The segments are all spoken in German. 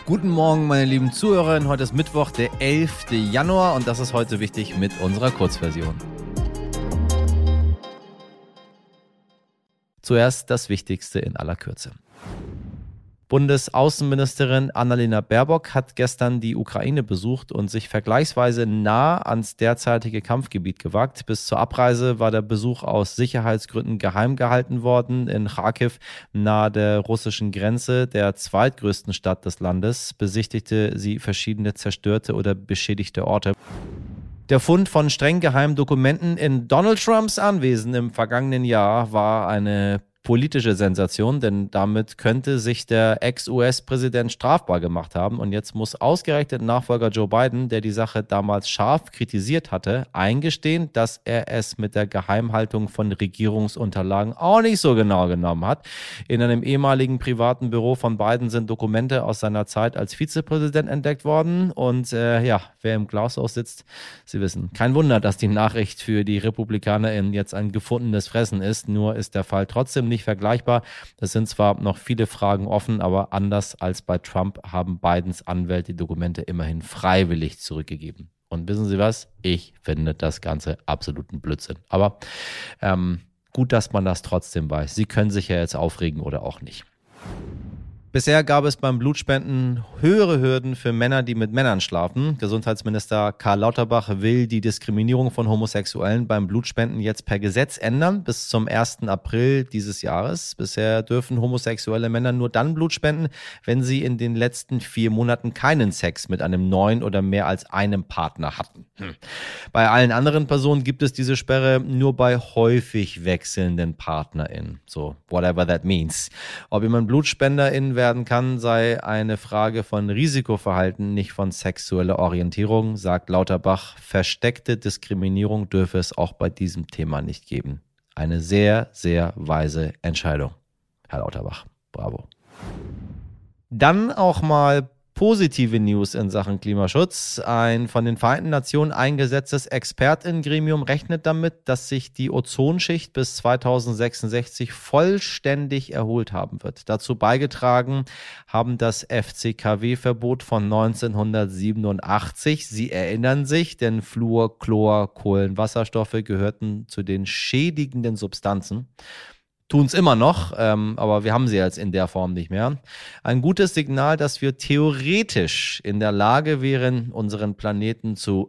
Guten Morgen, meine lieben Zuhörerinnen. Heute ist Mittwoch, der 11. Januar und das ist heute wichtig mit unserer Kurzversion. Zuerst das Wichtigste in aller Kürze. Bundesaußenministerin Annalena Baerbock hat gestern die Ukraine besucht und sich vergleichsweise nah ans derzeitige Kampfgebiet gewagt. Bis zur Abreise war der Besuch aus Sicherheitsgründen geheim gehalten worden. In Charkiw, nahe der russischen Grenze, der zweitgrößten Stadt des Landes, besichtigte sie verschiedene zerstörte oder beschädigte Orte. Der Fund von streng geheimen Dokumenten in Donald Trumps Anwesen im vergangenen Jahr war eine politische Sensation, denn damit könnte sich der Ex-US-Präsident strafbar gemacht haben. Und jetzt muss ausgerechnet Nachfolger Joe Biden, der die Sache damals scharf kritisiert hatte, eingestehen, dass er es mit der Geheimhaltung von Regierungsunterlagen auch nicht so genau genommen hat. In einem ehemaligen privaten Büro von Biden sind Dokumente aus seiner Zeit als Vizepräsident entdeckt worden. Und wer im Glashaus sitzt, Sie wissen, kein Wunder, dass die Nachricht für die RepublikanerInnen jetzt ein gefundenes Fressen ist. Nur ist der Fall trotzdem nicht vergleichbar. Es sind zwar noch viele Fragen offen, aber anders als bei Trump haben Bidens Anwälte die Dokumente immerhin freiwillig zurückgegeben. Und wissen Sie was? Ich finde das Ganze absoluten Blödsinn. Aber gut, dass man das trotzdem weiß. Sie können sich ja jetzt aufregen oder auch nicht. Bisher gab es beim Blutspenden höhere Hürden für Männer, die mit Männern schlafen. Gesundheitsminister Karl Lauterbach will die Diskriminierung von Homosexuellen beim Blutspenden jetzt per Gesetz ändern bis zum 1. April dieses Jahres. Bisher dürfen homosexuelle Männer nur dann Blut spenden, wenn sie in den letzten 4 Monaten keinen Sex mit einem neuen oder mehr als einem Partner hatten. Bei allen anderen Personen gibt es diese Sperre nur bei häufig wechselnden PartnerInnen. So, whatever that means. Ob jemand BlutspenderIn werden kann, sei eine Frage von Risikoverhalten, nicht von sexueller Orientierung, sagt Lauterbach. Versteckte Diskriminierung dürfe es auch bei diesem Thema nicht geben. Eine sehr, sehr weise Entscheidung, Herr Lauterbach. Bravo. Dann auch mal positive News in Sachen Klimaschutz. Ein von den Vereinten Nationen eingesetztes ExpertInnen-Gremium rechnet damit, dass sich die Ozonschicht bis 2066 vollständig erholt haben wird. Dazu beigetragen haben das FCKW-Verbot von 1987. Sie erinnern sich, denn Fluor, Chlor, Kohlenwasserstoffe gehörten zu den schädigenden Substanzen. Tun es immer noch, aber wir haben sie jetzt in der Form nicht mehr. Ein gutes Signal, dass wir theoretisch in der Lage wären, unseren Planeten zu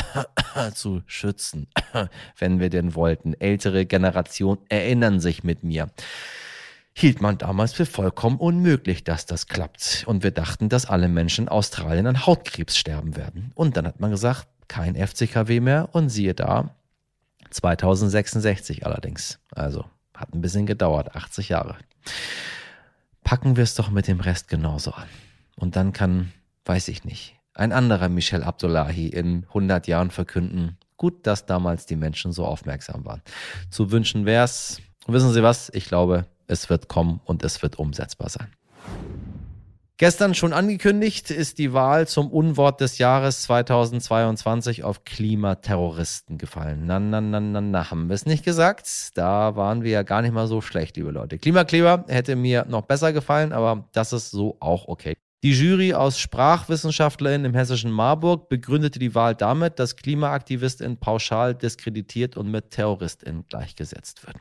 schützen, wenn wir denn wollten. Ältere Generationen erinnern sich mit mir. Hielt man damals für vollkommen unmöglich, dass das klappt. Und wir dachten, dass alle Menschen in Australien an Hautkrebs sterben werden. Und dann hat man gesagt, kein FCKW mehr und siehe da, 2066 allerdings. Also hat ein bisschen gedauert, 80 Jahre. Packen wir es doch mit dem Rest genauso an. Und dann kann, weiß ich nicht, ein anderer Michel Abdullahi in 100 Jahren verkünden, gut, dass damals die Menschen so aufmerksam waren. Zu wünschen wär's. Wissen Sie was? Ich glaube, es wird kommen und es wird umsetzbar sein. Gestern schon angekündigt ist die Wahl zum Unwort des Jahres 2022 auf Klimaterroristen gefallen. Na, haben wir es nicht gesagt? Da waren wir ja gar nicht mal so schlecht, liebe Leute. Klimakleber hätte mir noch besser gefallen, aber das ist so auch okay. Die Jury aus SprachwissenschaftlerInnen im hessischen Marburg begründete die Wahl damit, dass KlimaaktivistInnen pauschal diskreditiert und mit TerroristInnen gleichgesetzt würden.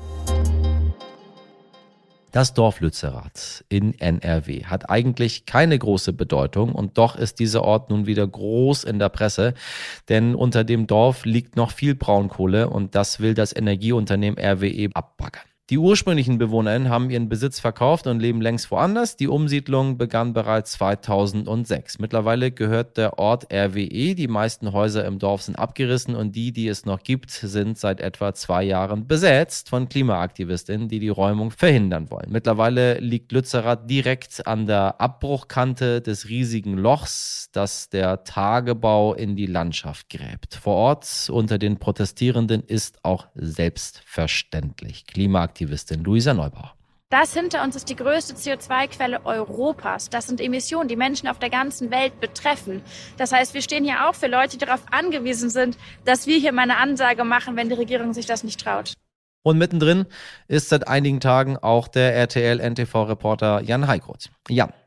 Das Dorf Lützerath in NRW hat eigentlich keine große Bedeutung und doch ist dieser Ort nun wieder groß in der Presse, denn unter dem Dorf liegt noch viel Braunkohle und das will das Energieunternehmen RWE abbaggern. Die ursprünglichen BewohnerInnen haben ihren Besitz verkauft und leben längst woanders. Die Umsiedlung begann bereits 2006. Mittlerweile gehört der Ort RWE. Die meisten Häuser im Dorf sind abgerissen und die es noch gibt, sind seit etwa 2 Jahren besetzt von KlimaaktivistInnen, die die Räumung verhindern wollen. Mittlerweile liegt Lützerath direkt an der Abbruchkante des riesigen Lochs, das der Tagebau in die Landschaft gräbt. Vor Ort unter den Protestierenden ist auch selbstverständlich Klimaaktivistin Luisa Neubauer. Das hinter uns ist die größte CO2-Quelle Europas. Das sind Emissionen, die Menschen auf der ganzen Welt betreffen. Das heißt, wir stehen hier auch für Leute, die darauf angewiesen sind, dass wir hier mal eine Ansage machen, wenn die Regierung sich das nicht traut. Und mittendrin ist seit einigen Tagen auch der RTL-NTV-Reporter Jan Heikroth. Ja,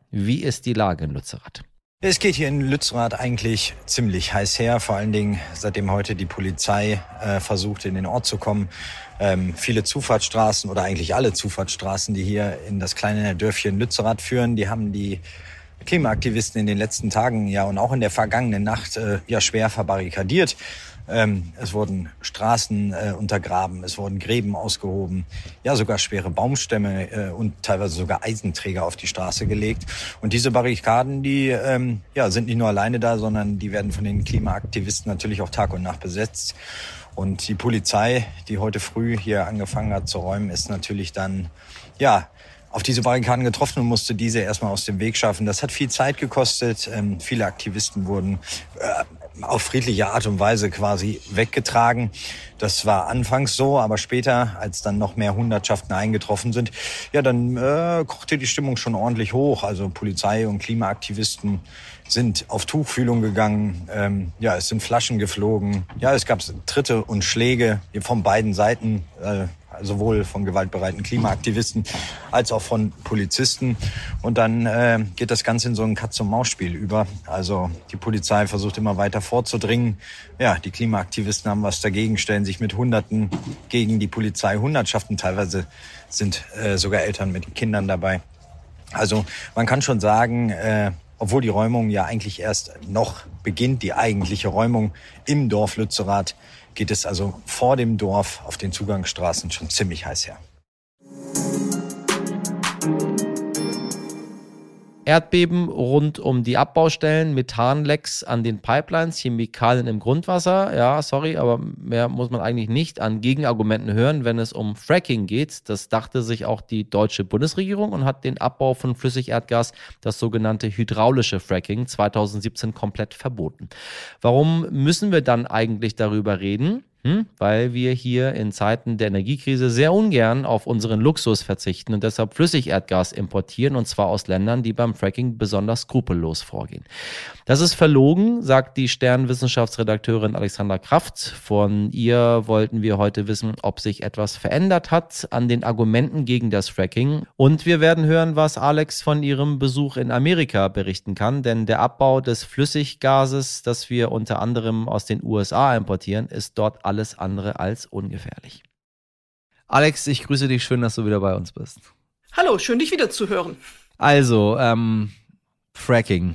wie ist die Lage in Lützerath? Es geht hier in Lützerath eigentlich ziemlich heiß her, vor allen Dingen seitdem heute die Polizei versucht, in den Ort zu kommen. Viele Zufahrtsstraßen oder eigentlich alle Zufahrtsstraßen, die hier in das kleine Dörfchen Lützerath führen, die haben die Klimaaktivisten in den letzten Tagen und auch in der vergangenen Nacht schwer verbarrikadiert. Es wurden Straßen untergraben, es wurden Gräben ausgehoben, sogar schwere Baumstämme und teilweise sogar Eisenträger auf die Straße gelegt. Und diese Barrikaden, die sind nicht nur alleine da, sondern die werden von den Klimaaktivisten natürlich auch Tag und Nacht besetzt. Und die Polizei, die heute früh hier angefangen hat zu räumen, ist natürlich dann auf diese Barrikaden getroffen und musste diese erstmal aus dem Weg schaffen. Das hat viel Zeit gekostet. Viele Aktivisten wurden auf friedliche Art und Weise quasi weggetragen. Das war anfangs so, aber später, als dann noch mehr Hundertschaften eingetroffen sind, dann kochte die Stimmung schon ordentlich hoch. Also Polizei und Klimaaktivisten sind auf Tuchfühlung gegangen. Es sind Flaschen geflogen. Es gab Tritte und Schläge von beiden Seiten, sowohl von gewaltbereiten Klimaaktivisten als auch von Polizisten. Und dann geht das Ganze in so ein Katz-und-Maus-Spiel über. Also die Polizei versucht immer weiter vorzudringen. Die Klimaaktivisten haben was dagegen, stellen sich mit Hunderten gegen die Polizei. Hundertschaften, teilweise sind sogar Eltern mit Kindern dabei. Also man kann schon sagen, obwohl die Räumung eigentlich erst noch beginnt, die eigentliche Räumung im Dorf Lützerath, geht es also vor dem Dorf auf den Zugangsstraßen schon ziemlich heiß her. Erdbeben rund um die Abbaustellen, Methanlecks an den Pipelines, Chemikalien im Grundwasser. Ja, sorry, aber mehr muss man eigentlich nicht an Gegenargumenten hören, wenn es um Fracking geht. Das dachte sich auch die deutsche Bundesregierung und hat den Abbau von Flüssigerdgas, das sogenannte hydraulische Fracking, 2017 komplett verboten. Warum müssen wir dann eigentlich darüber reden? Weil wir hier in Zeiten der Energiekrise sehr ungern auf unseren Luxus verzichten und deshalb Flüssigerdgas importieren, und zwar aus Ländern, die beim Fracking besonders skrupellos vorgehen. Das ist verlogen, sagt die Stern-Wissenschaftsredakteurin Alexandra Kraft. Von ihr wollten wir heute wissen, ob sich etwas verändert hat an den Argumenten gegen das Fracking. Und wir werden hören, was Alex von ihrem Besuch in Amerika berichten kann, denn der Abbau des Flüssiggases, das wir unter anderem aus den USA importieren, ist dort alles andere als ungefährlich. Alex, ich grüße dich. Schön, dass du wieder bei uns bist. Hallo, schön, dich wieder zu hören. Also, Fracking.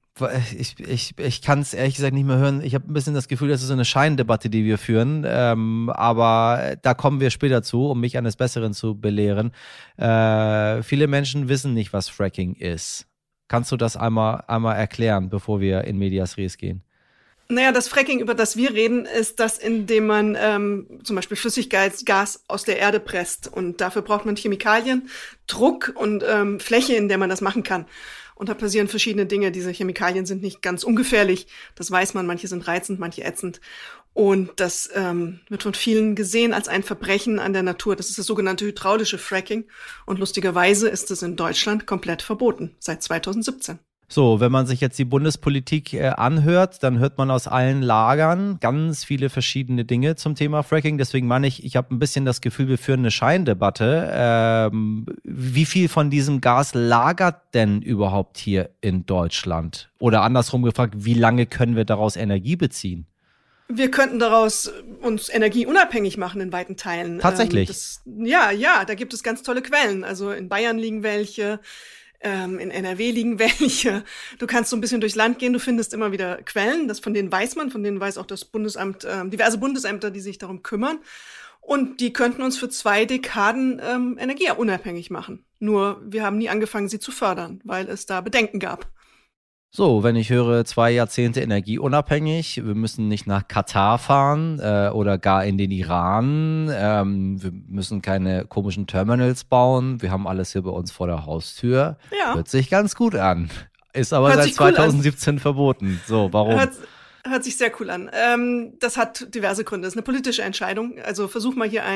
Ich kann es ehrlich gesagt nicht mehr hören. Ich habe ein bisschen das Gefühl, das ist so eine Scheindebatte, die wir führen. Aber da kommen wir später zu, um mich eines Besseren zu belehren. Viele Menschen wissen nicht, was Fracking ist. Kannst du das einmal erklären, bevor wir in Medias Res gehen? Naja, das Fracking, über das wir reden, ist das, indem man zum Beispiel Flüssiggas aus der Erde presst. Und dafür braucht man Chemikalien, Druck und Fläche, in der man das machen kann. Und da passieren verschiedene Dinge. Diese Chemikalien sind nicht ganz ungefährlich. Das weiß man. Manche sind reizend, manche ätzend. Und das wird von vielen gesehen als ein Verbrechen an der Natur. Das ist das sogenannte hydraulische Fracking. Und lustigerweise ist es in Deutschland komplett verboten, seit 2017. So, wenn man sich jetzt die Bundespolitik anhört, dann hört man aus allen Lagern ganz viele verschiedene Dinge zum Thema Fracking. Deswegen meine ich habe ein bisschen das Gefühl, wir führen eine Scheindebatte. Wie viel von diesem Gas lagert denn überhaupt hier in Deutschland? Oder andersrum gefragt, wie lange können wir daraus Energie beziehen? Wir könnten daraus uns energieunabhängig machen in weiten Teilen. Tatsächlich? Da gibt es ganz tolle Quellen. Also in Bayern liegen welche. In NRW liegen welche. Du kannst so ein bisschen durchs Land gehen, du findest immer wieder Quellen, von denen weiß man, von denen weiß auch das Bundesamt, diverse Bundesämter, die sich darum kümmern. Und die könnten uns für 2 Dekaden energieunabhängig machen. Nur wir haben nie angefangen, sie zu fördern, weil es da Bedenken gab. So, wenn ich höre 2 Jahrzehnte energieunabhängig, wir müssen nicht nach Katar fahren oder gar in den Iran, wir müssen keine komischen Terminals bauen, wir haben alles hier bei uns vor der Haustür. Ja. Hört sich ganz gut an. Ist aber seit 2017 verboten. So, warum? Hört sich sehr cool an. Das hat diverse Gründe. Das ist eine politische Entscheidung. Also versuch mal hier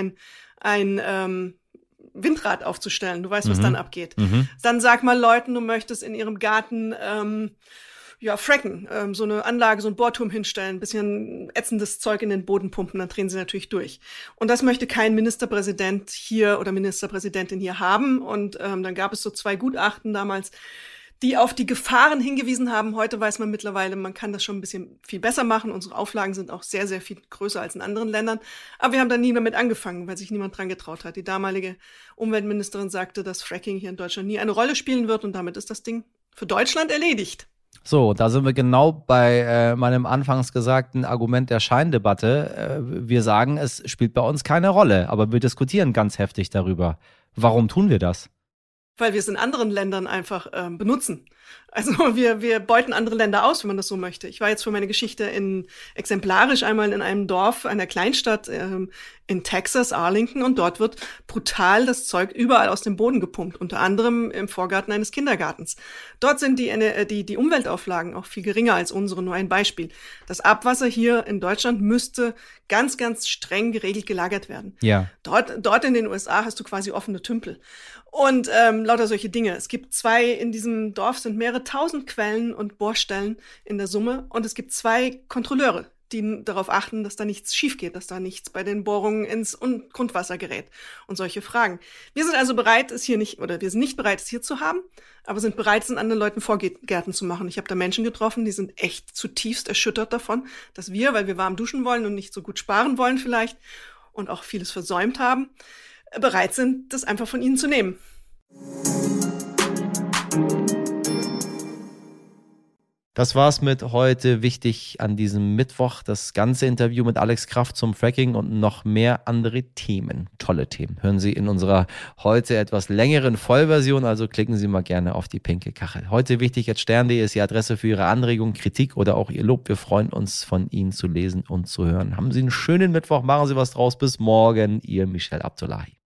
ein Windrad aufzustellen. Du weißt, was dann abgeht. Dann sag mal Leuten, du möchtest in ihrem Garten fracken, so eine Anlage, so ein Bohrturm hinstellen, ein bisschen ätzendes Zeug in den Boden pumpen, dann drehen sie natürlich durch. Und das möchte kein Ministerpräsident hier oder Ministerpräsidentin hier haben. Und dann gab es so 2 Gutachten damals, die auf die Gefahren hingewiesen haben. Heute weiß man mittlerweile, man kann das schon ein bisschen viel besser machen. Unsere Auflagen sind auch sehr, sehr viel größer als in anderen Ländern. Aber wir haben da nie damit angefangen, weil sich niemand dran getraut hat. Die damalige Umweltministerin sagte, dass Fracking hier in Deutschland nie eine Rolle spielen wird und damit ist das Ding für Deutschland erledigt. So, da sind wir genau bei meinem anfangs gesagten Argument der Scheindebatte. Wir sagen, es spielt bei uns keine Rolle, aber wir diskutieren ganz heftig darüber. Warum tun wir das? Weil wir es in anderen Ländern einfach benutzen. Also wir beuten andere Länder aus, wenn man das so möchte. Ich war jetzt für meine Geschichte exemplarisch einmal in einem Dorf, einer Kleinstadt in Texas, Arlington, und dort wird brutal das Zeug überall aus dem Boden gepumpt, unter anderem im Vorgarten eines Kindergartens. Dort sind die Umweltauflagen auch viel geringer als unsere, nur ein Beispiel. Das Abwasser hier in Deutschland müsste ganz, ganz streng geregelt gelagert werden. Ja. Dort in den USA hast du quasi offene Tümpel. Und lauter solche Dinge. Es gibt in diesem Dorf sind mehrere tausend Quellen und Bohrstellen in der Summe. Und es gibt 2 Kontrolleure, die darauf achten, dass da nichts schief geht, dass da nichts bei den Bohrungen ins Grundwasser gerät und solche Fragen. Wir sind also bereit, wir sind nicht bereit, es hier zu haben, aber sind bereit, es in anderen Leuten Vorgärten zu machen. Ich habe da Menschen getroffen, die sind echt zutiefst erschüttert davon, dass wir, weil wir warm duschen wollen und nicht so gut sparen wollen vielleicht und auch vieles versäumt haben, bereit sind, das einfach von ihnen zu nehmen. Das war's mit heute wichtig an diesem Mittwoch. Das ganze Interview mit Alex Kraft zum Fracking und noch mehr andere Themen. Tolle Themen. Hören Sie in unserer heute etwas längeren Vollversion, also klicken Sie mal gerne auf die pinke Kachel. Heute wichtig @stern.de ist die Adresse für Ihre Anregungen, Kritik oder auch Ihr Lob. Wir freuen uns, von Ihnen zu lesen und zu hören. Haben Sie einen schönen Mittwoch, machen Sie was draus. Bis morgen, Ihr Michel Abdullahi.